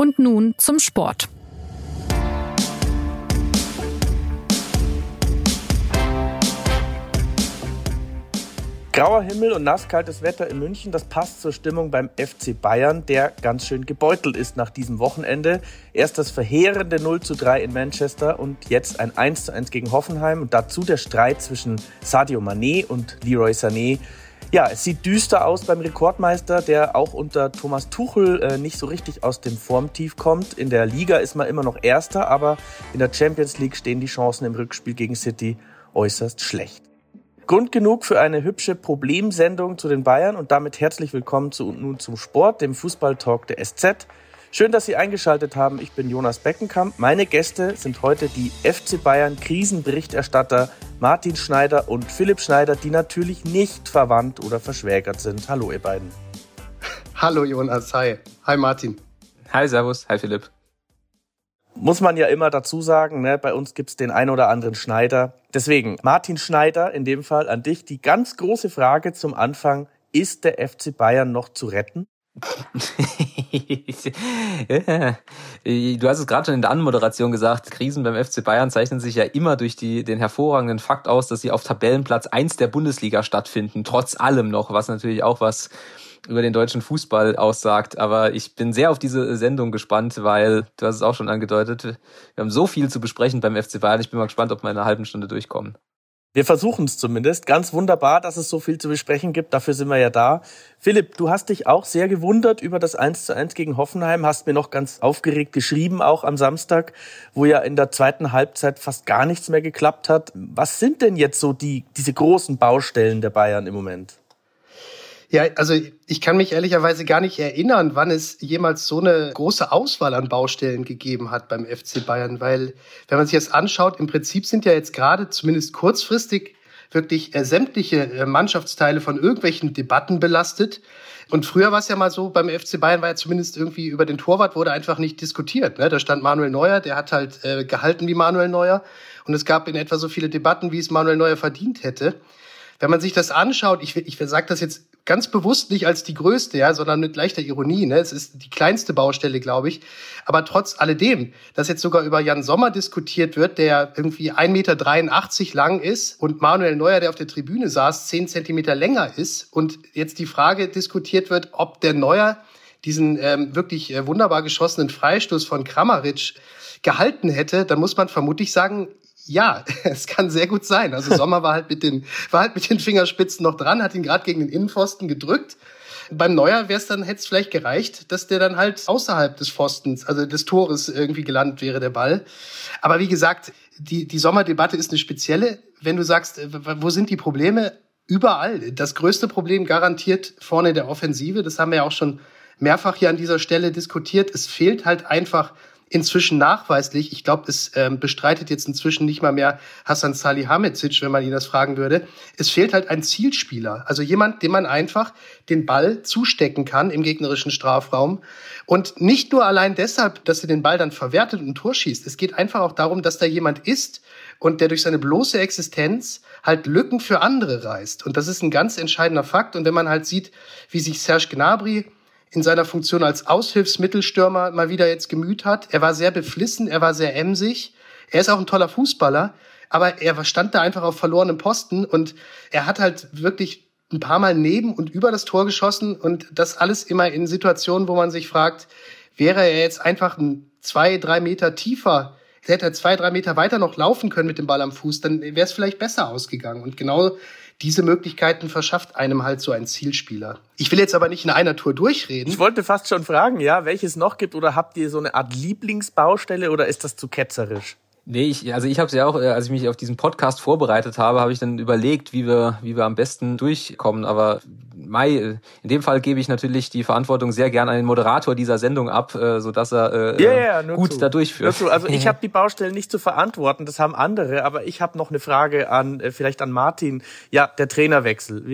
Und nun zum Sport. Grauer Himmel und nasskaltes Wetter in München, das passt zur Stimmung beim FC Bayern, der ganz schön gebeutelt ist nach diesem Wochenende. Erst das verheerende 0:3 in Manchester und jetzt ein 1:1 gegen Hoffenheim und dazu der Streit zwischen Sadio Mané und Leroy Sané. Ja, es sieht düster aus beim Rekordmeister, der auch unter Thomas Tuchel nicht so richtig aus dem Formtief kommt. In der Liga ist man immer noch Erster, aber in der Champions League stehen die Chancen im Rückspiel gegen City äußerst schlecht. Grund genug für eine hübsche Problemsendung zu den Bayern und damit herzlich willkommen zu Und nun zum Sport, dem Fußballtalk der SZ. Schön, dass Sie eingeschaltet haben. Ich bin Jonas Beckenkamp. Meine Gäste sind heute die FC Bayern Krisenberichterstatter Martin Schneider und Philipp Schneider, die natürlich nicht verwandt oder verschwägert sind. Hallo ihr beiden. Hallo Jonas, hi. Hi Martin. Hi Servus, hi Philipp. Muss man ja immer dazu sagen, ne? Bei uns gibt's den ein oder anderen Schneider. Deswegen, Martin Schneider, in dem Fall an dich, die ganz große Frage zum Anfang: Ist der FC Bayern noch zu retten? Ja. Du hast es gerade schon in der Anmoderation gesagt, Krisen beim FC Bayern zeichnen sich ja immer durch den hervorragenden Fakt aus, dass sie auf Tabellenplatz 1 der Bundesliga stattfinden, trotz allem noch, was natürlich auch was über den deutschen Fußball aussagt. Aber ich bin sehr auf diese Sendung gespannt, weil, du hast es auch schon angedeutet, wir haben so viel zu besprechen beim FC Bayern. Ich bin mal gespannt, ob wir in einer halben Stunde durchkommen. Wir versuchen es zumindest. Ganz wunderbar, dass es so viel zu besprechen gibt. Dafür sind wir ja da. Philipp, du hast dich auch sehr gewundert über das 1:1 gegen Hoffenheim. Hast mir noch ganz aufgeregt geschrieben, auch am Samstag, wo ja in der zweiten Halbzeit fast gar nichts mehr geklappt hat. Was sind denn jetzt so diese großen Baustellen der Bayern im Moment? Ja, also ich kann mich ehrlicherweise gar nicht erinnern, wann es jemals so eine große Auswahl an Baustellen gegeben hat beim FC Bayern. Weil, wenn man sich das anschaut, im Prinzip sind ja jetzt gerade, zumindest kurzfristig, wirklich sämtliche Mannschaftsteile von irgendwelchen Debatten belastet. Und früher war es ja mal so, beim FC Bayern war ja zumindest irgendwie über den Torwart wurde einfach nicht diskutiert. Ne? Da stand Manuel Neuer, der hat halt gehalten wie Manuel Neuer. Und es gab in etwa so viele Debatten, wie es Manuel Neuer verdient hätte. Wenn man sich das anschaut, ich sage das jetzt ganz bewusst nicht als die größte, ja, sondern mit leichter Ironie, ne? Es ist die kleinste Baustelle, glaube ich. Aber trotz alledem, dass jetzt sogar über Jan Sommer diskutiert wird, der irgendwie 1,83 Meter lang ist und Manuel Neuer, der auf der Tribüne saß, 10 Zentimeter länger ist und jetzt die Frage diskutiert wird, ob der Neuer diesen wirklich wunderbar geschossenen Freistoß von Kramaric gehalten hätte, dann muss man vermutlich sagen, ja, es kann sehr gut sein. Also Sommer war halt mit den Fingerspitzen noch dran, hat ihn gerade gegen den Innenpfosten gedrückt. Beim Neuer hätte es vielleicht gereicht, dass der dann halt außerhalb des Pfostens, also des Tores irgendwie gelandet wäre, der Ball. Aber wie gesagt, die Sommerdebatte ist eine spezielle. Wenn du sagst, wo sind die Probleme? Überall. Das größte Problem garantiert vorne in der Offensive. Das haben wir ja auch schon mehrfach hier an dieser Stelle diskutiert. Es fehlt halt einfach inzwischen nachweislich, ich glaube, es bestreitet jetzt inzwischen nicht mal mehr Hasan Salihamidzic, wenn man ihn das fragen würde. Es fehlt halt ein Zielspieler, also jemand, dem man einfach den Ball zustecken kann im gegnerischen Strafraum. Und nicht nur allein deshalb, dass er den Ball dann verwertet und ein Tor schießt. Es geht einfach auch darum, dass da jemand ist und der durch seine bloße Existenz halt Lücken für andere reißt. Und das ist ein ganz entscheidender Fakt. Und wenn man halt sieht, wie sich Serge Gnabry in seiner Funktion als Aushilfsmittelstürmer mal wieder jetzt gemüht hat. Er war sehr beflissen, er war sehr emsig. Er ist auch ein toller Fußballer, aber er stand da einfach auf verlorenem Posten und er hat halt wirklich ein paar Mal neben und über das Tor geschossen und das alles immer in Situationen, wo man sich fragt, wäre er jetzt einfach 2-3 Meter tiefer, hätte er 2-3 Meter weiter noch laufen können mit dem Ball am Fuß, dann wäre es vielleicht besser ausgegangen. Und genau diese Möglichkeiten verschafft einem halt so ein Zielspieler. Ich will jetzt aber nicht in einer Tour durchreden. Ich wollte fast schon fragen, ja, welches noch gibt oder habt ihr so eine Art Lieblingsbaustelle oder ist das zu ketzerisch? Nee, ich habe es ja auch, als ich mich auf diesen Podcast vorbereitet habe ich dann überlegt, wie wir am besten durchkommen. Aber in dem Fall gebe ich natürlich die Verantwortung sehr gern an den Moderator dieser Sendung ab, sodass er gut da durchführt. Also ich habe die Baustellen nicht zu verantworten, das haben andere. Aber ich habe noch eine Frage vielleicht an Martin. Ja, der Trainerwechsel.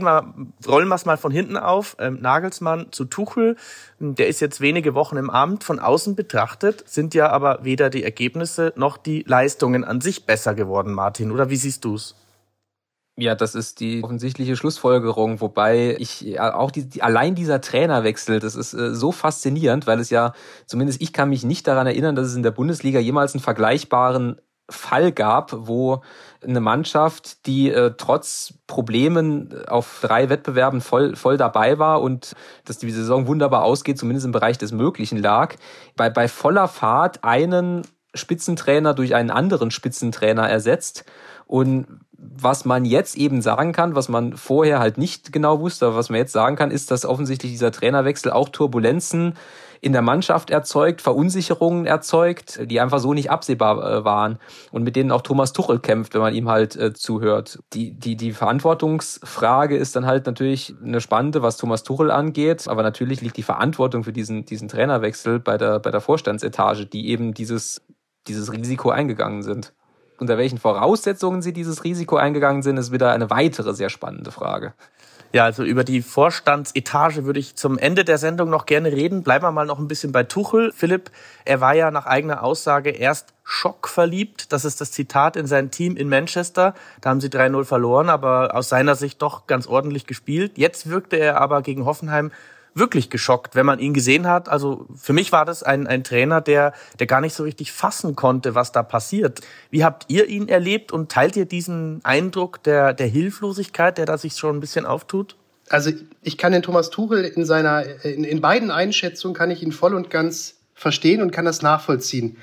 Rollen wir es mal von hinten auf. Nagelsmann zu Tuchel. Der ist jetzt wenige Wochen im Amt. Von außen betrachtet sind ja aber weder die Ergebnisse noch die Leistungen an sich besser geworden, Martin. Oder wie siehst du's? Ja, das ist die offensichtliche Schlussfolgerung, wobei ich auch allein dieser Trainerwechsel, das ist so faszinierend, weil es ja, zumindest ich kann mich nicht daran erinnern, dass es in der Bundesliga jemals einen vergleichbaren Fall gab, wo eine Mannschaft, die trotz Problemen auf 3 Wettbewerben voll dabei war und dass die Saison wunderbar ausgeht, zumindest im Bereich des Möglichen lag, bei voller Fahrt einen Spitzentrainer durch einen anderen Spitzentrainer ersetzt. Und was man jetzt eben sagen kann, was man vorher halt nicht genau wusste, aber was man jetzt sagen kann, ist, dass offensichtlich dieser Trainerwechsel auch Turbulenzen in der Mannschaft erzeugt, Verunsicherungen erzeugt, die einfach so nicht absehbar waren und mit denen auch Thomas Tuchel kämpft, wenn man ihm halt zuhört. Die Verantwortungsfrage ist dann halt natürlich eine spannende, was Thomas Tuchel angeht, aber natürlich liegt die Verantwortung für diesen Trainerwechsel bei der Vorstandsetage, die eben dieses Risiko eingegangen sind. Unter welchen Voraussetzungen sie dieses Risiko eingegangen sind, ist wieder eine weitere sehr spannende Frage. Ja, also über die Vorstandsetage würde ich zum Ende der Sendung noch gerne reden. Bleiben wir mal noch ein bisschen bei Tuchel. Philipp, er war ja nach eigener Aussage erst schockverliebt. Das ist das Zitat in sein Team in Manchester. Da haben sie 3-0 verloren, aber aus seiner Sicht doch ganz ordentlich gespielt. Jetzt wirkte er aber gegen Hoffenheim wirklich geschockt, wenn man ihn gesehen hat. Also für mich war das ein Trainer, der gar nicht so richtig fassen konnte, was da passiert. Wie habt ihr ihn erlebt und teilt ihr diesen Eindruck der Hilflosigkeit, der da sich schon ein bisschen auftut? Also ich kann den Thomas Tuchel in beiden Einschätzungen kann ich ihn voll und ganz verstehen und kann das nachvollziehen.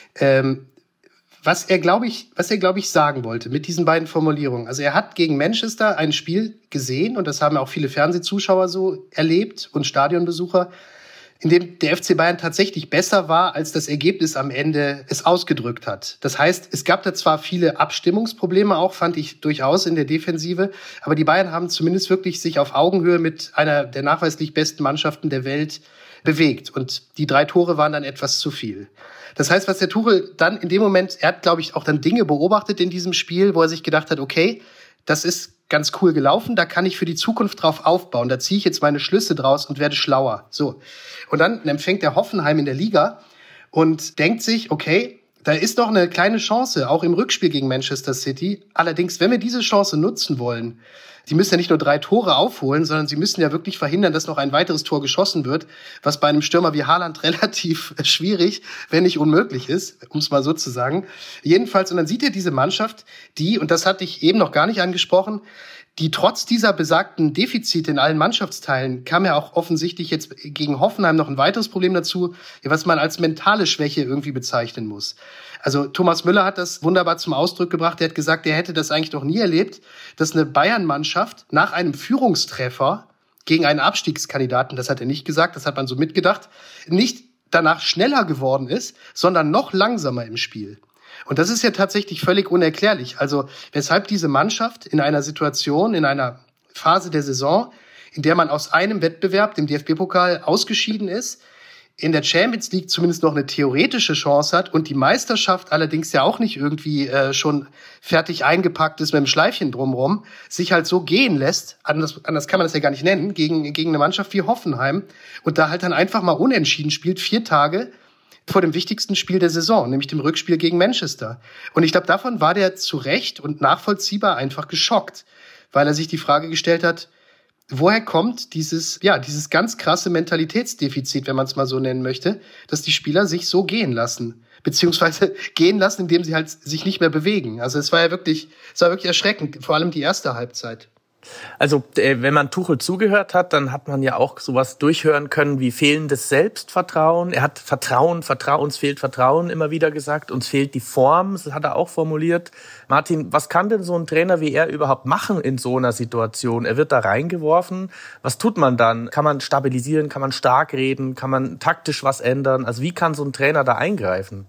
Was er, glaube ich, sagen wollte mit diesen beiden Formulierungen. Also er hat gegen Manchester ein Spiel gesehen, und das haben auch viele Fernsehzuschauer so erlebt und Stadionbesucher, in dem der FC Bayern tatsächlich besser war, als das Ergebnis am Ende es ausgedrückt hat. Das heißt, es gab da zwar viele Abstimmungsprobleme auch, fand ich durchaus in der Defensive, aber die Bayern haben zumindest wirklich sich auf Augenhöhe mit einer der nachweislich besten Mannschaften der Welt bewegt. Und die 3 Tore waren dann etwas zu viel. Das heißt, was der Tuchel dann in dem Moment, er hat, glaube ich, auch dann Dinge beobachtet in diesem Spiel, wo er sich gedacht hat, okay, das ist ganz cool gelaufen, da kann ich für die Zukunft drauf aufbauen, da ziehe ich jetzt meine Schlüsse draus und werde schlauer. So. Und dann empfängt der Hoffenheim in der Liga und denkt sich, okay, da ist doch eine kleine Chance, auch im Rückspiel gegen Manchester City. Allerdings, wenn wir diese Chance nutzen wollen, die müssen ja nicht nur 3 Tore aufholen, sondern sie müssen ja wirklich verhindern, dass noch ein weiteres Tor geschossen wird, was bei einem Stürmer wie Haaland relativ schwierig, wenn nicht unmöglich ist, um es mal so zu sagen. Jedenfalls, und dann sieht er diese Mannschaft, die, und das hatte ich eben noch gar nicht angesprochen, die trotz dieser besagten Defizite in allen Mannschaftsteilen kam ja auch offensichtlich jetzt gegen Hoffenheim noch ein weiteres Problem dazu, was man als mentale Schwäche irgendwie bezeichnen muss. Also Thomas Müller hat das wunderbar zum Ausdruck gebracht. Er hat gesagt, er hätte das eigentlich noch nie erlebt, dass eine Bayern-Mannschaft nach einem Führungstreffer gegen einen Abstiegskandidaten, das hat er nicht gesagt, das hat man so mitgedacht, nicht danach schneller geworden ist, sondern noch langsamer im Spiel. Und das ist ja tatsächlich völlig unerklärlich. Also weshalb diese Mannschaft in einer Situation, in einer Phase der Saison, in der man aus einem Wettbewerb, dem DFB-Pokal, ausgeschieden ist, in der Champions League zumindest noch eine theoretische Chance hat und die Meisterschaft allerdings ja auch nicht irgendwie schon fertig eingepackt ist mit einem Schleifchen drumherum, sich halt so gehen lässt, anders kann man das ja gar nicht nennen, gegen eine Mannschaft wie Hoffenheim und da halt dann einfach mal unentschieden spielt, 4 Tage vor dem wichtigsten Spiel der Saison, nämlich dem Rückspiel gegen Manchester. Und ich glaube, davon war der zu Recht und nachvollziehbar einfach geschockt, weil er sich die Frage gestellt hat, woher kommt dieses ganz krasse Mentalitätsdefizit, wenn man es mal so nennen möchte, dass die Spieler sich so gehen lassen, beziehungsweise gehen lassen, indem sie halt sich nicht mehr bewegen. Also es war wirklich erschreckend, vor allem die erste Halbzeit. Also wenn man Tuchel zugehört hat, dann hat man ja auch sowas durchhören können wie fehlendes Selbstvertrauen. Er hat uns fehlt Vertrauen immer wieder gesagt, uns fehlt die Form, das hat er auch formuliert. Martin, was kann denn so ein Trainer wie er überhaupt machen in so einer Situation? Er wird da reingeworfen, was tut man dann? Kann man stabilisieren, kann man stark reden, kann man taktisch was ändern? Also wie kann so ein Trainer da eingreifen?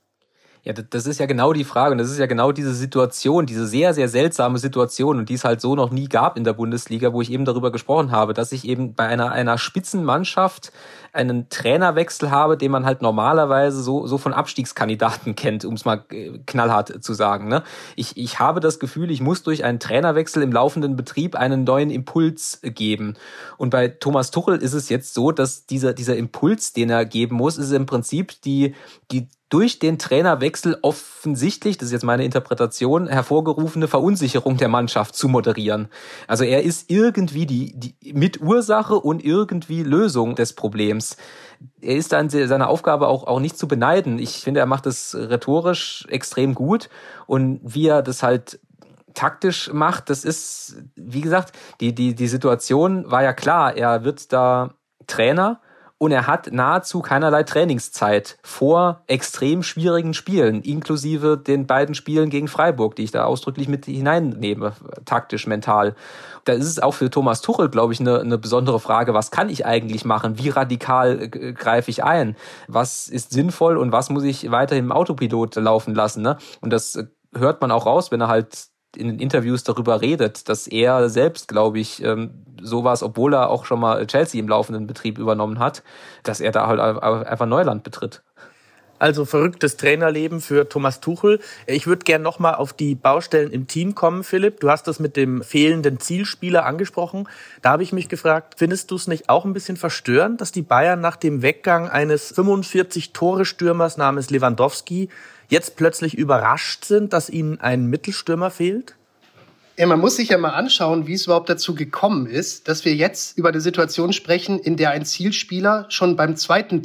Ja, das ist ja genau die Frage und das ist ja genau diese Situation, diese sehr, sehr seltsame Situation und die es halt so noch nie gab in der Bundesliga, wo ich eben darüber gesprochen habe, dass ich eben bei einer Spitzenmannschaft einen Trainerwechsel habe, den man halt normalerweise so von Abstiegskandidaten kennt, um es mal knallhart zu sagen. Ne? Ich habe das Gefühl, ich muss durch einen Trainerwechsel im laufenden Betrieb einen neuen Impuls geben. Und bei Thomas Tuchel ist es jetzt so, dass dieser Impuls, den er geben muss, ist im Prinzip die durch den Trainerwechsel offensichtlich, das ist jetzt meine Interpretation, hervorgerufene Verunsicherung der Mannschaft zu moderieren. Also er ist irgendwie die Mitursache und irgendwie Lösung des Problems. Er ist an seiner Aufgabe auch nicht zu beneiden. Ich finde, er macht das rhetorisch extrem gut und wie er das halt taktisch macht, das ist, wie gesagt, die Situation war ja klar, er wird da Trainer und er hat nahezu keinerlei Trainingszeit vor extrem schwierigen Spielen, inklusive den beiden Spielen gegen Freiburg, die ich da ausdrücklich mit hineinnehme, taktisch, mental. Da ist es auch für Thomas Tuchel, glaube ich, eine besondere Frage, was kann ich eigentlich machen, wie radikal greife ich ein, was ist sinnvoll und was muss ich weiterhin im Autopilot laufen lassen, ne? Und das hört man auch raus, wenn er halt in den Interviews darüber redet, dass er selbst, glaube ich, sowas, obwohl er auch schon mal Chelsea im laufenden Betrieb übernommen hat, dass er da halt einfach Neuland betritt. Also verrücktes Trainerleben für Thomas Tuchel. Ich würde gerne nochmal auf die Baustellen im Team kommen, Philipp. Du hast das mit dem fehlenden Zielspieler angesprochen. Da habe ich mich gefragt, findest du es nicht auch ein bisschen verstörend, dass die Bayern nach dem Weggang eines 45-Tore-Stürmers namens Lewandowski jetzt plötzlich überrascht sind, dass ihnen ein Mittelstürmer fehlt? Ja, man muss sich ja mal anschauen, wie es überhaupt dazu gekommen ist, dass wir jetzt über eine Situation sprechen, in der ein Zielspieler schon beim zweiten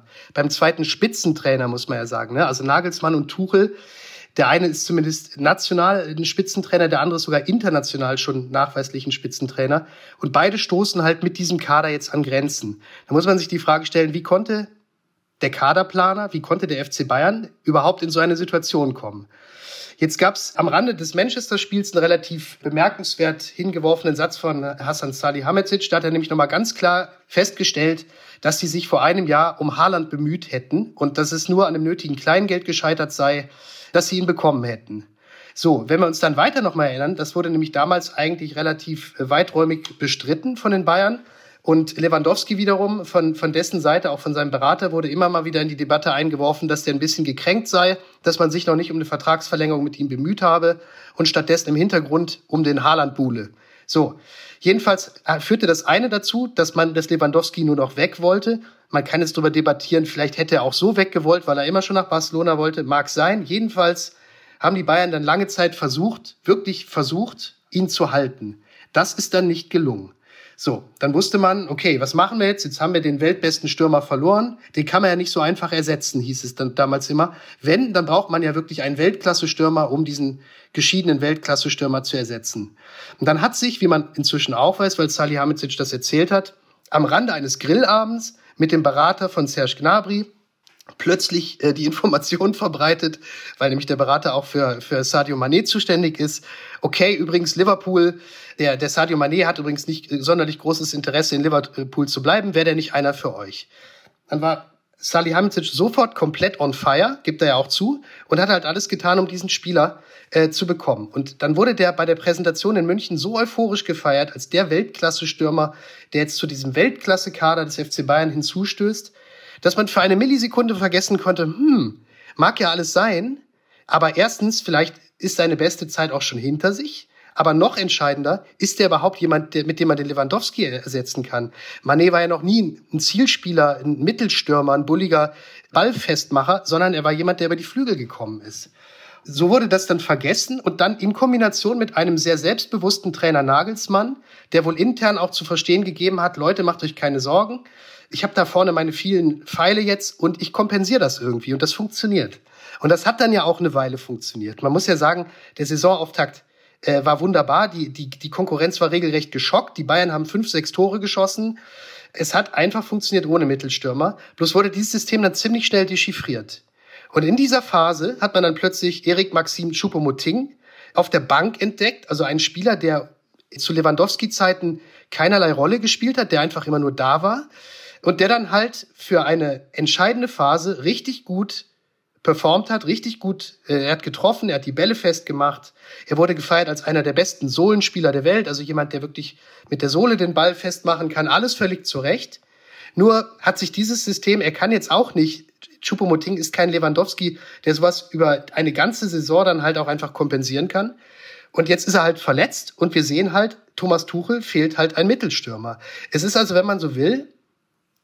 Spitzentrainer, muss man ja sagen, ne? Also Nagelsmann und Tuchel, der eine ist zumindest national ein Spitzentrainer, der andere ist sogar international schon nachweislich ein Spitzentrainer. Und beide stoßen halt mit diesem Kader jetzt an Grenzen. Da muss man sich die Frage stellen, wie konnte der Kaderplaner, wie konnte der FC Bayern überhaupt in so eine Situation kommen? Jetzt gab es am Rande des Manchester-Spiels einen relativ bemerkenswert hingeworfenen Satz von Hasan Salihamidzic. Da hat er nämlich nochmal ganz klar festgestellt, dass sie sich vor einem Jahr um Haaland bemüht hätten und dass es nur an dem nötigen Kleingeld gescheitert sei, dass sie ihn bekommen hätten. So, wenn wir uns dann weiter nochmal erinnern, das wurde nämlich damals eigentlich relativ weiträumig bestritten von den Bayern. Und Lewandowski wiederum, von dessen Seite, auch von seinem Berater, wurde immer mal wieder in die Debatte eingeworfen, dass der ein bisschen gekränkt sei, dass man sich noch nicht um eine Vertragsverlängerung mit ihm bemüht habe und stattdessen im Hintergrund um den Haaland buhle. So, jedenfalls führte das eine dazu, dass Lewandowski nur noch weg wollte. Man kann jetzt darüber debattieren, vielleicht hätte er auch so weggewollt, weil er immer schon nach Barcelona wollte. Mag sein. Jedenfalls haben die Bayern dann lange Zeit wirklich versucht, ihn zu halten. Das ist dann nicht gelungen. So, dann wusste man, okay, was machen wir jetzt? Jetzt haben wir den weltbesten Stürmer verloren. Den kann man ja nicht so einfach ersetzen, hieß es dann damals immer. Wenn, dann braucht man ja wirklich einen Weltklasse-Stürmer, um diesen geschiedenen Weltklasse-Stürmer zu ersetzen. Und dann hat sich, wie man inzwischen auch weiß, weil Salihamidzic das erzählt hat, am Rande eines Grillabends mit dem Berater von Serge Gnabry plötzlich die Information verbreitet, weil nämlich der Berater auch für Sadio Mané zuständig ist. Okay, übrigens Liverpool, der Sadio Mané hat übrigens nicht sonderlich großes Interesse, in Liverpool zu bleiben. Wäre der nicht einer für euch? Dann war Salihamidzic sofort komplett on fire, gibt er ja auch zu, und hat halt alles getan, um diesen Spieler zu bekommen. Und dann wurde der bei der Präsentation in München so euphorisch gefeiert, als der Weltklasse-Stürmer, der jetzt zu diesem Weltklasse-Kader des FC Bayern hinzustößt, dass man für eine Millisekunde vergessen konnte, mag ja alles sein, aber erstens, vielleicht ist seine beste Zeit auch schon hinter sich, aber noch entscheidender, ist der überhaupt jemand, mit dem man den Lewandowski ersetzen kann? Mané war ja noch nie ein Zielspieler, ein Mittelstürmer, ein bulliger Ballfestmacher, sondern er war jemand, der über die Flügel gekommen ist. So wurde das dann vergessen und dann in Kombination mit einem sehr selbstbewussten Trainer Nagelsmann, der wohl intern auch zu verstehen gegeben hat, Leute, macht euch keine Sorgen, ich habe da vorne meine vielen Pfeile jetzt und ich kompensiere das irgendwie und das funktioniert. Und das hat dann ja auch eine Weile funktioniert. Man muss ja sagen, der Saisonauftakt war wunderbar, die Konkurrenz war regelrecht geschockt, die Bayern haben 5-6 Tore geschossen. Es hat einfach funktioniert ohne Mittelstürmer, bloß wurde dieses System dann ziemlich schnell dechiffriert. Und in dieser Phase hat man dann plötzlich Erik Maxim Choupo-Moting auf der Bank entdeckt, also einen Spieler, der zu Lewandowski-Zeiten keinerlei Rolle gespielt hat, der einfach immer nur da war. Und der dann halt für eine entscheidende Phase richtig gut performt hat, richtig gut, er hat getroffen, er hat die Bälle festgemacht, er wurde gefeiert als einer der besten Sohlenspieler der Welt, also jemand, der wirklich mit der Sohle den Ball festmachen kann, alles völlig zurecht. Nur hat sich dieses System, er kann jetzt auch nicht, Choupo-Moting ist kein Lewandowski, der sowas über eine ganze Saison dann halt auch einfach kompensieren kann. Und jetzt ist er halt verletzt und wir sehen halt, Thomas Tuchel fehlt halt ein Mittelstürmer. Es ist also, wenn man so will,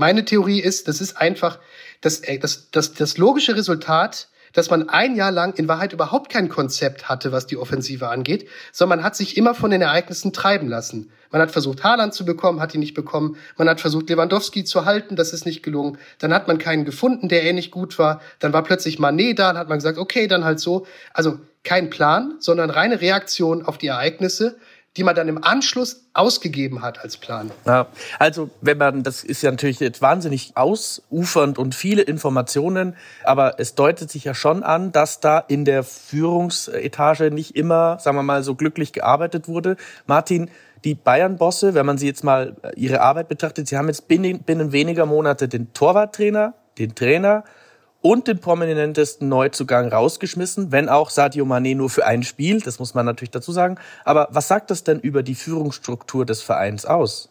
Meine Theorie ist, das ist einfach das logische Resultat, dass man ein Jahr lang in Wahrheit überhaupt kein Konzept hatte, was die Offensive angeht, sondern man hat sich immer von den Ereignissen treiben lassen. Man hat versucht, Haaland zu bekommen, hat ihn nicht bekommen. Man hat versucht, Lewandowski zu halten, das ist nicht gelungen. Dann hat man keinen gefunden, der ähnlich gut war. Dann war plötzlich Mané da, dann hat man gesagt, okay, dann halt so. Also kein Plan, sondern reine Reaktion auf die Ereignisse, die man dann im Anschluss ausgegeben hat als Plan. Ja, also das ist ja natürlich jetzt wahnsinnig ausufernd und viele Informationen, aber es deutet sich ja schon an, dass da in der Führungsetage nicht immer, sagen wir mal, so glücklich gearbeitet wurde. Martin, die Bayern-Bosse, wenn man sie jetzt mal ihre Arbeit betrachtet, sie haben jetzt binnen weniger Monate den Torwarttrainer, den Trainer und den prominentesten Neuzugang rausgeschmissen, wenn auch Sadio Mané nur für ein Spiel, das muss man natürlich dazu sagen. Aber was sagt das denn über die Führungsstruktur des Vereins aus?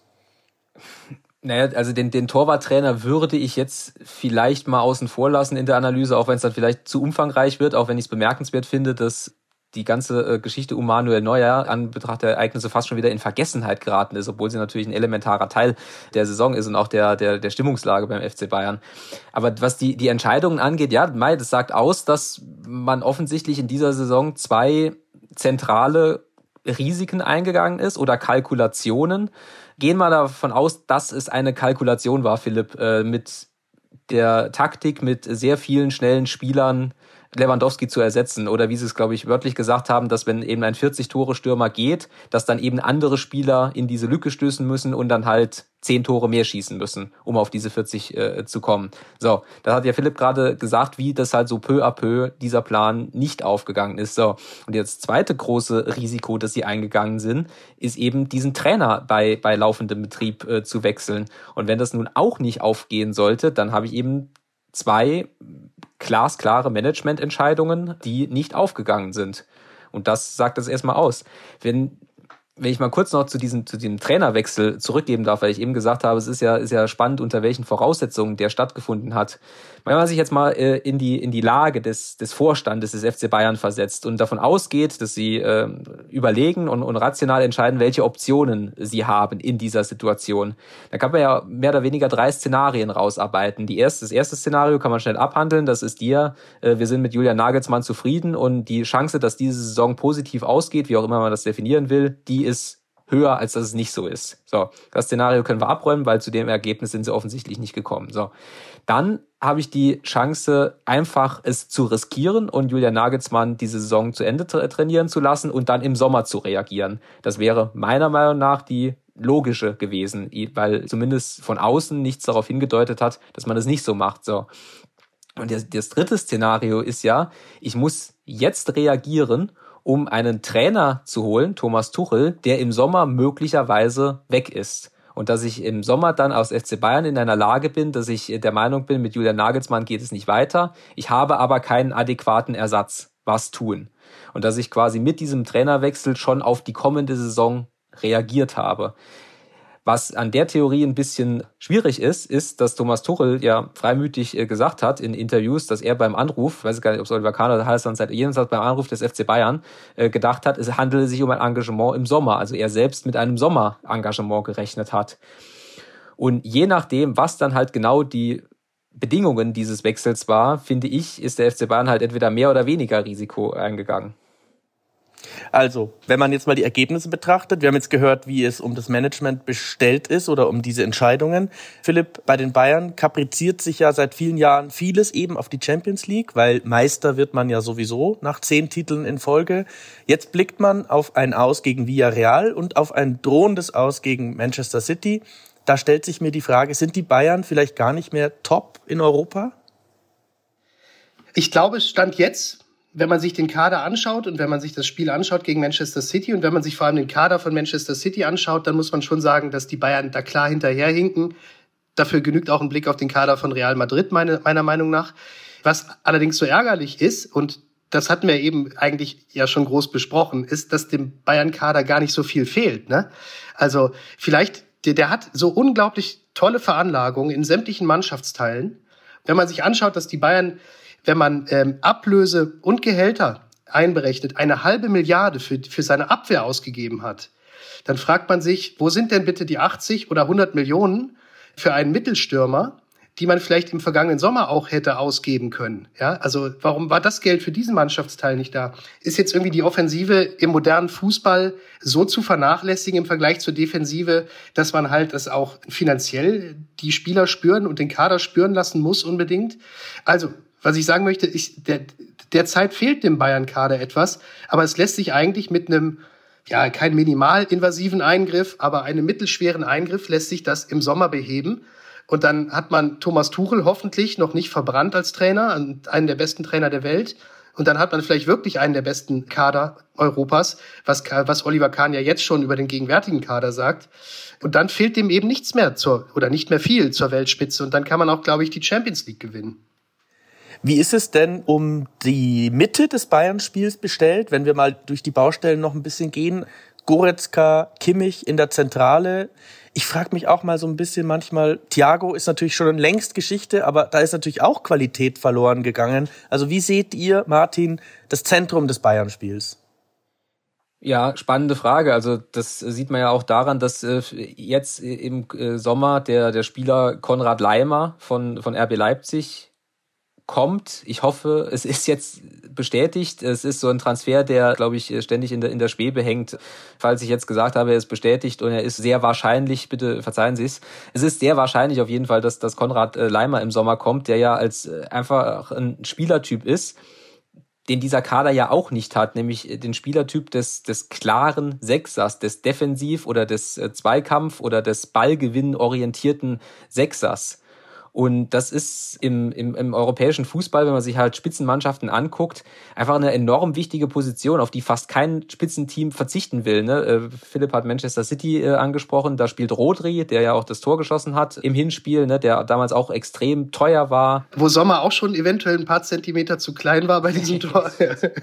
Naja, also den Torwarttrainer würde ich jetzt vielleicht mal außen vor lassen in der Analyse, auch wenn es dann vielleicht zu umfangreich wird, auch wenn ich es bemerkenswert finde, dass die ganze Geschichte um Manuel Neuer an Betracht der Ereignisse fast schon wieder in Vergessenheit geraten ist, obwohl sie natürlich ein elementarer Teil der Saison ist und auch der Stimmungslage beim FC Bayern. Aber was die Entscheidungen angeht, ja, das sagt aus, dass man offensichtlich in dieser Saison 2 zentrale Risiken eingegangen ist oder Kalkulationen. Gehen wir davon aus, dass es eine Kalkulation war, Philipp, mit der Taktik, mit sehr vielen schnellen Spielern Lewandowski zu ersetzen oder wie sie es, glaube ich, wörtlich gesagt haben, dass wenn eben ein 40-Tore-Stürmer geht, dass dann eben andere Spieler in diese Lücke stößen müssen und dann halt 10 Tore mehr schießen müssen, um auf diese 40 zu kommen. So, da hat ja Philipp gerade gesagt, wie das halt so peu à peu dieser Plan nicht aufgegangen ist. So, und jetzt das zweite große Risiko, das sie eingegangen sind, ist eben diesen Trainer bei laufendem Betrieb zu wechseln. Und wenn das nun auch nicht aufgehen sollte, dann habe ich eben 2 glasklare Managemententscheidungen, die nicht aufgegangen sind. Und das sagt das erstmal aus. Wenn ich mal kurz noch zu diesem Trainerwechsel zurückgeben darf, weil ich eben gesagt habe, es ist ja spannend, unter welchen Voraussetzungen der stattgefunden hat. Wenn man sich jetzt mal in die Lage des Vorstandes des FC Bayern versetzt und davon ausgeht, dass sie überlegen und rational entscheiden, welche Optionen sie haben in dieser Situation, dann kann man ja mehr oder weniger 3 Szenarien rausarbeiten. Das erste Szenario kann man schnell abhandeln, das ist wir sind mit Julian Nagelsmann zufrieden und die Chance, dass diese Saison positiv ausgeht, wie auch immer man das definieren will, die ist höher, als dass es nicht so ist. So, das Szenario können wir abräumen, weil zu dem Ergebnis sind sie offensichtlich nicht gekommen. So, dann habe ich die Chance, einfach es zu riskieren und Julian Nagelsmann diese Saison zu Ende trainieren zu lassen und dann im Sommer zu reagieren. Das wäre meiner Meinung nach die logische gewesen, weil zumindest von außen nichts darauf hingedeutet hat, dass man das nicht so macht. So. Und das dritte Szenario ist ja, ich muss jetzt reagieren, um einen Trainer zu holen, Thomas Tuchel, der im Sommer möglicherweise weg ist. Und dass ich im Sommer dann aus FC Bayern in einer Lage bin, dass ich der Meinung bin, mit Julian Nagelsmann geht es nicht weiter. Ich habe aber keinen adäquaten Ersatz. Was tun? Und dass ich quasi mit diesem Trainerwechsel schon auf die kommende Saison reagiert habe. Was an der Theorie ein bisschen schwierig ist, dass Thomas Tuchel ja freimütig gesagt hat in Interviews, dass er beim Anruf, weiß ich gar nicht, ob es Oliver Kahn oder Heißland seit jedenfalls beim Anruf des FC Bayern gedacht hat, es handele sich um ein Engagement im Sommer, also er selbst mit einem Sommerengagement gerechnet hat. Und je nachdem, was dann halt genau die Bedingungen dieses Wechsels war, finde ich, ist der FC Bayern halt entweder mehr oder weniger Risiko eingegangen. Also, wenn man jetzt mal die Ergebnisse betrachtet, wir haben jetzt gehört, wie es um das Management bestellt ist oder um diese Entscheidungen. Philipp, bei den Bayern kapriziert sich ja seit vielen Jahren vieles eben auf die Champions League, weil Meister wird man ja sowieso nach 10 Titeln in Folge. Jetzt blickt man auf ein Aus gegen Villarreal und auf ein drohendes Aus gegen Manchester City. Da stellt sich mir die Frage, sind die Bayern vielleicht gar nicht mehr top in Europa? Ich glaube, es stand jetzt, wenn man sich den Kader anschaut und wenn man sich das Spiel anschaut gegen Manchester City und wenn man sich vor allem den Kader von Manchester City anschaut, dann muss man schon sagen, dass die Bayern da klar hinterherhinken. Dafür genügt auch ein Blick auf den Kader von Real Madrid, meiner Meinung nach. Was allerdings so ärgerlich ist, und das hatten wir eben eigentlich ja schon groß besprochen, ist, dass dem Bayern-Kader gar nicht so viel fehlt, ne? Also vielleicht, der hat so unglaublich tolle Veranlagungen in sämtlichen Mannschaftsteilen. Wenn man sich anschaut, dass die Bayern, wenn man Ablöse und Gehälter einberechnet, 1,5 Milliarde für seine Abwehr ausgegeben hat, dann fragt man sich, wo sind denn bitte die 80 oder 100 Millionen, für einen Mittelstürmer, die man vielleicht im vergangenen Sommer auch hätte ausgeben können. Ja, also warum war das Geld für diesen Mannschaftsteil nicht da? Ist jetzt irgendwie die Offensive im modernen Fußball so zu vernachlässigen im Vergleich zur Defensive, dass man halt das auch finanziell die Spieler spüren und den Kader spüren lassen muss unbedingt? Also, was ich sagen möchte, derzeit fehlt dem Bayern-Kader etwas, aber es lässt sich eigentlich mit einem, ja, kein minimal-invasiven Eingriff, aber einem mittelschweren Eingriff lässt sich das im Sommer beheben. Und dann hat man Thomas Tuchel hoffentlich noch nicht verbrannt als Trainer, einen der besten Trainer der Welt. Und dann hat man vielleicht wirklich einen der besten Kader Europas, was Oliver Kahn ja jetzt schon über den gegenwärtigen Kader sagt. Und dann fehlt dem eben nichts mehr nicht mehr viel zur Weltspitze. Und dann kann man auch, glaube ich, die Champions League gewinnen. Wie ist es denn um die Mitte des Bayern-Spiels bestellt, wenn wir mal durch die Baustellen noch ein bisschen gehen? Goretzka, Kimmich in der Zentrale. Ich frage mich auch mal so ein bisschen manchmal, Thiago ist natürlich schon längst Geschichte, aber da ist natürlich auch Qualität verloren gegangen. Also wie seht ihr, Martin, das Zentrum des Bayern-Spiels? Ja, spannende Frage. Also das sieht man ja auch daran, dass jetzt im Sommer der Spieler Konrad Laimer von RB Leipzig kommt. Ich hoffe, es ist jetzt bestätigt. Es ist so ein Transfer, der, glaube ich, ständig in der Schwebe hängt. Falls ich jetzt gesagt habe, er ist bestätigt und er ist sehr wahrscheinlich, bitte verzeihen Sie es. Es ist sehr wahrscheinlich auf jeden Fall, dass Konrad Laimer im Sommer kommt, der ja als einfach ein Spielertyp ist, den dieser Kader ja auch nicht hat, nämlich den Spielertyp des klaren Sechsers, des Defensiv- oder des Zweikampf- oder des Ballgewinn orientierten Sechsers. Und das ist im europäischen Fußball, wenn man sich halt Spitzenmannschaften anguckt, einfach eine enorm wichtige Position, auf die fast kein Spitzenteam verzichten will. Ne? Philipp hat Manchester City angesprochen, da spielt Rodri, der ja auch das Tor geschossen hat im Hinspiel, ne? Der damals auch extrem teuer war. Wo Sommer auch schon eventuell ein paar Zentimeter zu klein war bei diesem Tor.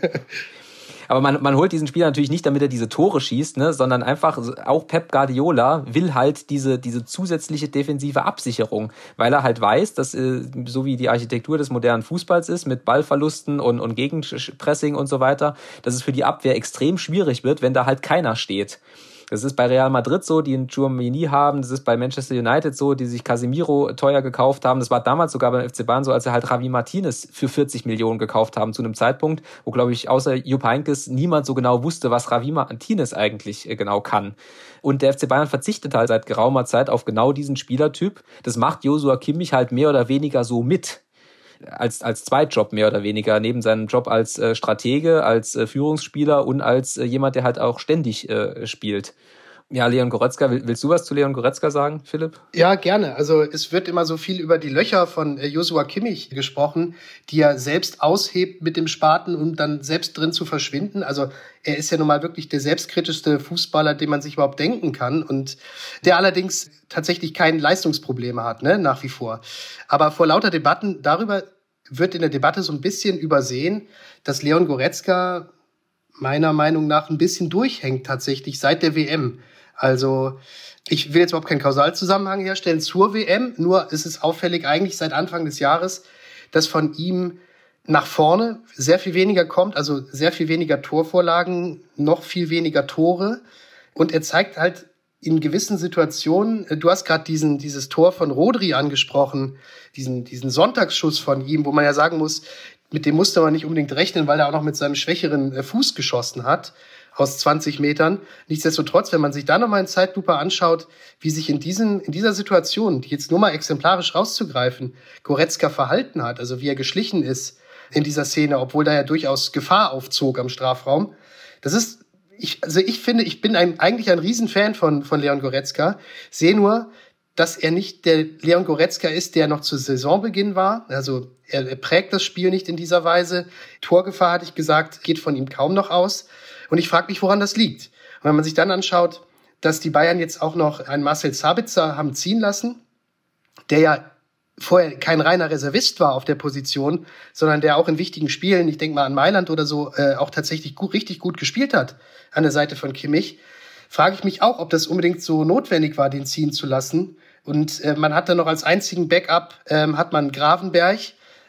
Aber man holt diesen Spieler natürlich nicht, damit er diese Tore schießt, ne, sondern einfach, auch Pep Guardiola will halt diese zusätzliche defensive Absicherung, weil er halt weiß, dass so wie die Architektur des modernen Fußballs ist, mit Ballverlusten und Gegenpressing und so weiter, dass es für die Abwehr extrem schwierig wird, wenn da halt keiner steht. Das ist bei Real Madrid so, die einen Tchouaméni haben. Das ist bei Manchester United so, die sich Casemiro teuer gekauft haben. Das war damals sogar beim FC Bayern so, als sie halt Javi Martinez für 40 Millionen gekauft haben, zu einem Zeitpunkt, wo, glaube ich, außer Jupp Heynckes niemand so genau wusste, was Javi Martinez eigentlich genau kann. Und der FC Bayern verzichtet halt seit geraumer Zeit auf genau diesen Spielertyp. Das macht Joshua Kimmich halt mehr oder weniger so mit. Als Zweitjob mehr oder weniger, neben seinem Job als Stratege, als Führungsspieler und als jemand, der halt auch ständig spielt. Ja, Leon Goretzka, willst du was zu Leon Goretzka sagen, Philipp? Ja, gerne. Also es wird immer so viel über die Löcher von Joshua Kimmich gesprochen, die er selbst aushebt mit dem Spaten, um dann selbst drin zu verschwinden. Also er ist ja nun mal wirklich der selbstkritischste Fußballer, den man sich überhaupt denken kann und der allerdings tatsächlich keine Leistungsprobleme hat, ne, nach wie vor. Aber vor lauter Debatten darüber wird in der Debatte so ein bisschen übersehen, dass Leon Goretzka meiner Meinung nach ein bisschen durchhängt tatsächlich seit der WM. Also ich will jetzt überhaupt keinen Kausalzusammenhang herstellen zur WM, nur ist es auffällig eigentlich seit Anfang des Jahres, dass von ihm nach vorne sehr viel weniger kommt, also sehr viel weniger Torvorlagen, noch viel weniger Tore. Und er zeigt halt in gewissen Situationen, du hast gerade dieses Tor von Rodri angesprochen, diesen Sonntagsschuss von ihm, wo man ja sagen muss, mit dem musste man nicht unbedingt rechnen, weil er auch noch mit seinem schwächeren Fuß geschossen hat, aus 20 Metern. Nichtsdestotrotz, wenn man sich da nochmal in Zeitlupe anschaut, wie sich in dieser Situation, die jetzt nur mal exemplarisch rauszugreifen, Goretzka verhalten hat, also wie er geschlichen ist in dieser Szene, obwohl da ja durchaus Gefahr aufzog am Strafraum. Das ist, ich finde, ich bin eigentlich ein Riesenfan von Leon Goretzka, sehe nur, dass er nicht der Leon Goretzka ist, der noch zu Saisonbeginn war. Also er prägt das Spiel nicht in dieser Weise. Torgefahr, hatte ich gesagt, geht von ihm kaum noch aus. Und ich frage mich, woran das liegt. Und wenn man sich dann anschaut, dass die Bayern jetzt auch noch einen Marcel Sabitzer haben ziehen lassen, der ja vorher kein reiner Reservist war auf der Position, sondern der auch in wichtigen Spielen, ich denke mal an Mailand oder so, auch tatsächlich richtig gut gespielt hat an der Seite von Kimmich, frage ich mich auch, ob das unbedingt so notwendig war, den ziehen zu lassen. Und man hat dann noch als einzigen Backup hat man Gravenberch,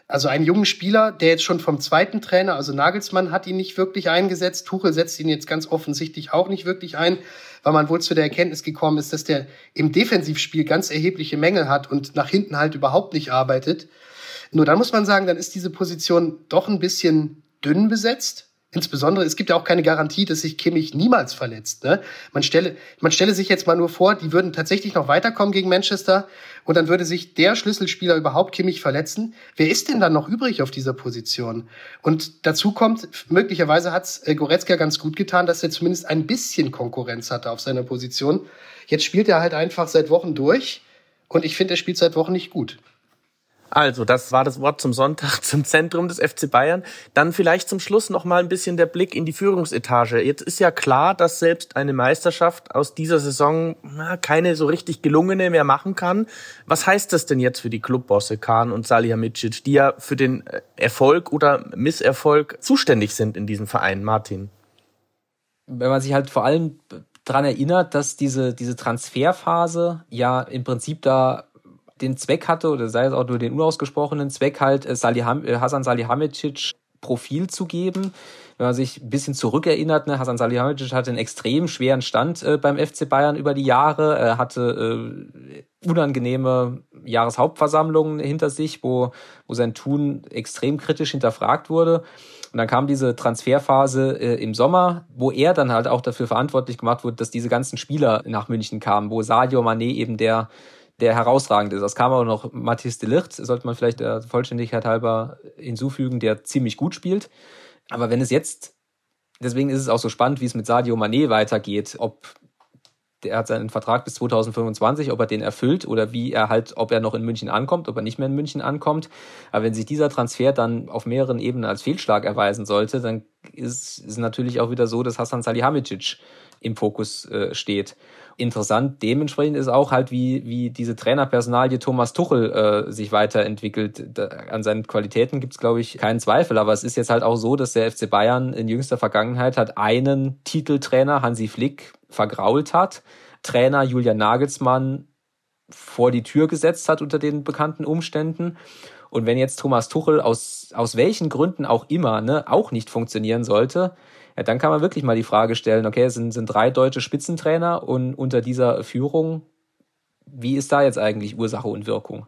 Also einen jungen Spieler, der jetzt schon vom zweiten Trainer, also Nagelsmann hat ihn nicht wirklich eingesetzt, Tuchel setzt ihn jetzt ganz offensichtlich auch nicht wirklich ein, weil man wohl zu der Erkenntnis gekommen ist, dass der im Defensivspiel ganz erhebliche Mängel hat und nach hinten halt überhaupt nicht arbeitet. Nur dann muss man sagen, dann ist diese Position doch ein bisschen dünn besetzt. Insbesondere, es gibt ja auch keine Garantie, dass sich Kimmich niemals verletzt. Ne? Man stelle sich jetzt mal nur vor, die würden tatsächlich noch weiterkommen gegen Manchester und dann würde sich der Schlüsselspieler überhaupt Kimmich verletzen. Wer ist denn dann noch übrig auf dieser Position? Und dazu kommt, möglicherweise hat's Goretzka ganz gut getan, dass er zumindest ein bisschen Konkurrenz hatte auf seiner Position. Jetzt spielt er halt einfach seit Wochen durch und ich finde, er spielt seit Wochen nicht gut. Also, das war das Wort zum Sonntag, zum Zentrum des FC Bayern. Dann vielleicht zum Schluss noch mal ein bisschen der Blick in die Führungsetage. Jetzt ist ja klar, dass selbst eine Meisterschaft aus dieser Saison keine so richtig gelungene mehr machen kann. Was heißt das denn jetzt für die Clubbosse Kahn und Salihamidzic, die ja für den Erfolg oder Misserfolg zuständig sind in diesem Verein, Martin? Wenn man sich halt vor allem daran erinnert, dass diese Transferphase ja im Prinzip da den Zweck hatte, oder sei es auch nur den unausgesprochenen Zweck, halt Hasan Salihamidzic Profil zu geben. Wenn man sich ein bisschen zurückerinnert, ne, Hasan Salihamidzic hatte einen extrem schweren Stand beim FC Bayern über die Jahre. Er hatte unangenehme Jahreshauptversammlungen hinter sich, wo sein Tun extrem kritisch hinterfragt wurde. Und dann kam diese Transferphase im Sommer, wo er dann halt auch dafür verantwortlich gemacht wurde, dass diese ganzen Spieler nach München kamen, wo Sadio Mané eben der herausragend ist. Das kam auch noch Mathis de Ligt, sollte man vielleicht der Vollständigkeit halber hinzufügen, der ziemlich gut spielt. Aber wenn es jetzt, deswegen ist es auch so spannend, wie es mit Sadio Mané weitergeht, er hat seinen Vertrag bis 2025, ob er den erfüllt oder ob er noch in München ankommt, ob er nicht mehr in München ankommt. Aber wenn sich dieser Transfer dann auf mehreren Ebenen als Fehlschlag erweisen sollte, dann ist es natürlich auch wieder so, dass Hasan Salihamidzic im Fokus steht. Interessant dementsprechend ist auch halt, wie diese Trainerpersonalie Thomas Tuchel sich weiterentwickelt. An seinen Qualitäten gibt's, glaube ich, keinen Zweifel, aber es ist jetzt halt auch so, dass der FC Bayern in jüngster Vergangenheit halt einen Titeltrainer, Hansi Flick, vergrault hat, Trainer Julian Nagelsmann vor die Tür gesetzt hat unter den bekannten Umständen. Und wenn jetzt Thomas Tuchel aus welchen Gründen auch immer auch nicht funktionieren sollte, ja, dann kann man wirklich mal die Frage stellen, okay, es sind 3 deutsche Spitzentrainer und unter dieser Führung, wie ist da jetzt eigentlich Ursache und Wirkung?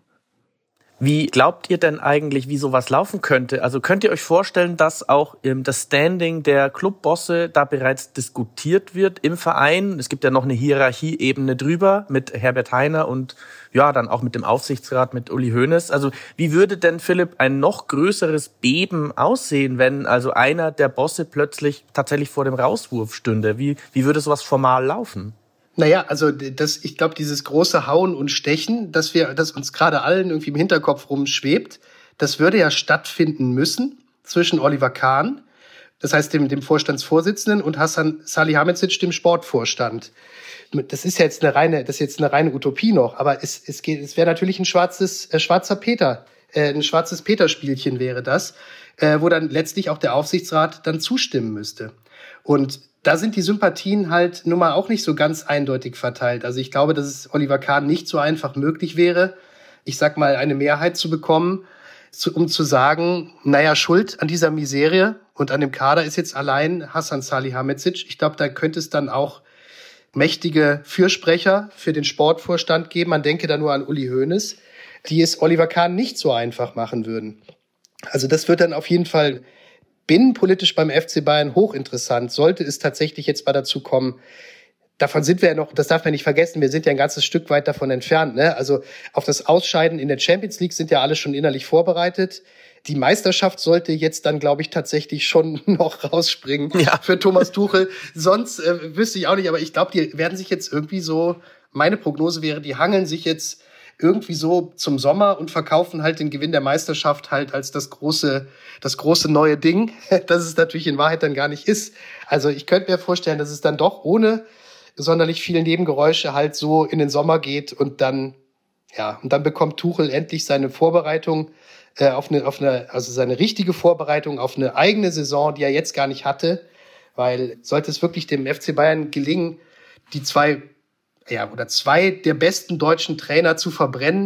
Wie glaubt ihr denn eigentlich, wie sowas laufen könnte? Also könnt ihr euch vorstellen, dass auch das Standing der Clubbosse da bereits diskutiert wird im Verein? Es gibt ja noch eine Hierarchieebene drüber mit Herbert Hainer und ja, dann auch mit dem Aufsichtsrat, mit Uli Hoeneß. Also wie würde denn, Philipp, ein noch größeres Beben aussehen, wenn also einer der Bosse plötzlich tatsächlich vor dem Rauswurf stünde? Wie würde sowas formal laufen? Naja, also ich glaube, dieses große Hauen und Stechen, das uns gerade allen irgendwie im Hinterkopf rumschwebt, das würde ja stattfinden müssen zwischen Oliver Kahn, das heißt dem Vorstandsvorsitzenden, und Hasan Salihamidzic, dem Sportvorstand. Das ist jetzt eine reine Utopie noch, aber es wäre natürlich ein schwarzes Peter-Spielchen wäre das, wo dann letztlich auch der Aufsichtsrat dann zustimmen müsste. Und da sind die Sympathien halt nun mal auch nicht so ganz eindeutig verteilt. Also ich glaube, dass es Oliver Kahn nicht so einfach möglich wäre, ich sag mal, eine Mehrheit zu bekommen, um zu sagen, naja, Schuld an dieser Miserie und an dem Kader ist jetzt allein Hasan Salihamidzic. Ich glaube, da könnte es dann auch mächtige Fürsprecher für den Sportvorstand geben. Man denke da nur an Uli Hoeneß, die es Oliver Kahn nicht so einfach machen würden. Also das wird dann auf jeden Fall binnenpolitisch beim FC Bayern hochinteressant. Sollte es tatsächlich jetzt mal dazu kommen, davon sind wir ja noch, das darf man nicht vergessen, wir sind ja ein ganzes Stück weit davon entfernt. Ne? Also auf das Ausscheiden in der Champions League sind ja alle schon innerlich vorbereitet. Die Meisterschaft sollte jetzt dann, glaube ich, tatsächlich schon noch rausspringen für Thomas Tuchel. Sonst wüsste ich auch nicht, aber ich glaube, die werden sich jetzt irgendwie so, meine Prognose wäre, die hangeln sich jetzt irgendwie so zum Sommer und verkaufen halt den Gewinn der Meisterschaft halt als das große neue Ding, das es natürlich in Wahrheit dann gar nicht ist. Also ich könnte mir vorstellen, dass es dann doch ohne sonderlich viele Nebengeräusche halt so in den Sommer geht und dann bekommt Tuchel endlich seine Vorbereitung also seine richtige Vorbereitung auf eine eigene Saison, die er jetzt gar nicht hatte, weil sollte es wirklich dem FC Bayern gelingen, zwei der besten deutschen Trainer zu verbrennen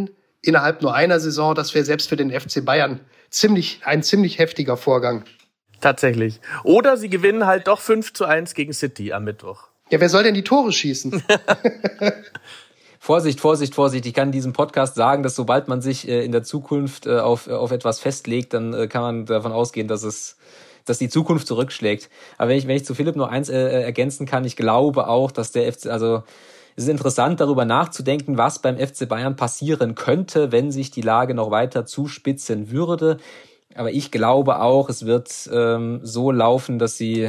innerhalb nur einer Saison. Das wäre selbst für den FC Bayern ein ziemlich heftiger Vorgang. Tatsächlich. Oder sie gewinnen halt doch 5-1 gegen City am Mittwoch. Ja, wer soll denn die Tore schießen? Vorsicht. Ich kann in diesem Podcast sagen, dass sobald man sich in der Zukunft auf etwas festlegt, dann kann man davon ausgehen, dass die Zukunft zurückschlägt. Aber wenn ich zu Philipp nur eins ergänzen kann, ich glaube auch, dass der FC, also es ist interessant, darüber nachzudenken, was beim FC Bayern passieren könnte, wenn sich die Lage noch weiter zuspitzen würde. Aber ich glaube auch, es wird so laufen, dass sie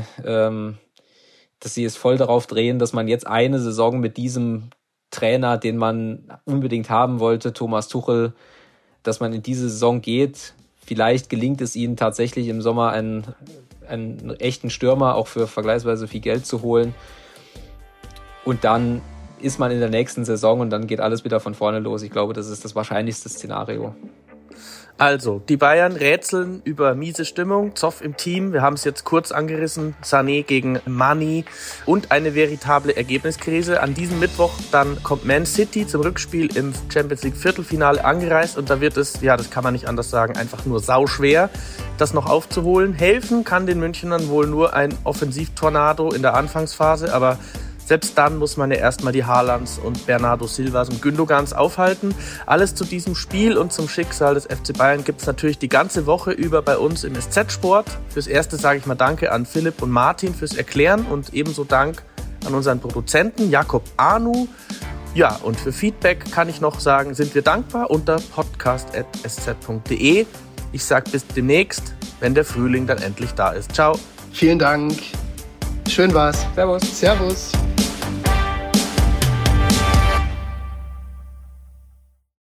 es voll darauf drehen, dass man jetzt eine Saison mit diesem Trainer, den man unbedingt haben wollte, Thomas Tuchel, dass man in diese Saison geht. Vielleicht gelingt es ihnen tatsächlich im Sommer einen echten Stürmer auch für vergleichsweise viel Geld zu holen. Und dann ist man in der nächsten Saison und dann geht alles wieder von vorne los. Ich glaube, das ist das wahrscheinlichste Szenario. Also, die Bayern rätseln über miese Stimmung, Zoff im Team, wir haben es jetzt kurz angerissen, Sané gegen Mani und eine veritable Ergebniskrise. An diesem Mittwoch dann kommt Man City zum Rückspiel im Champions League Viertelfinale angereist und da wird es, ja, das kann man nicht anders sagen, einfach nur sauschwer, das noch aufzuholen. Helfen kann den Münchnern wohl nur ein Offensivtornado in der Anfangsphase, aber selbst dann muss man ja erstmal die Haalands und Bernardo Silvas und Gündogans aufhalten. Alles zu diesem Spiel und zum Schicksal des FC Bayern gibt es natürlich die ganze Woche über bei uns im SZ-Sport. Fürs Erste sage ich mal Danke an Philipp und Martin fürs Erklären und ebenso Dank an unseren Produzenten Jakob Anu. Ja, und für Feedback kann ich noch sagen, sind wir dankbar unter podcast@sz.de. Ich sage bis demnächst, wenn der Frühling dann endlich da ist. Ciao. Vielen Dank. Schön war's. Servus. Servus.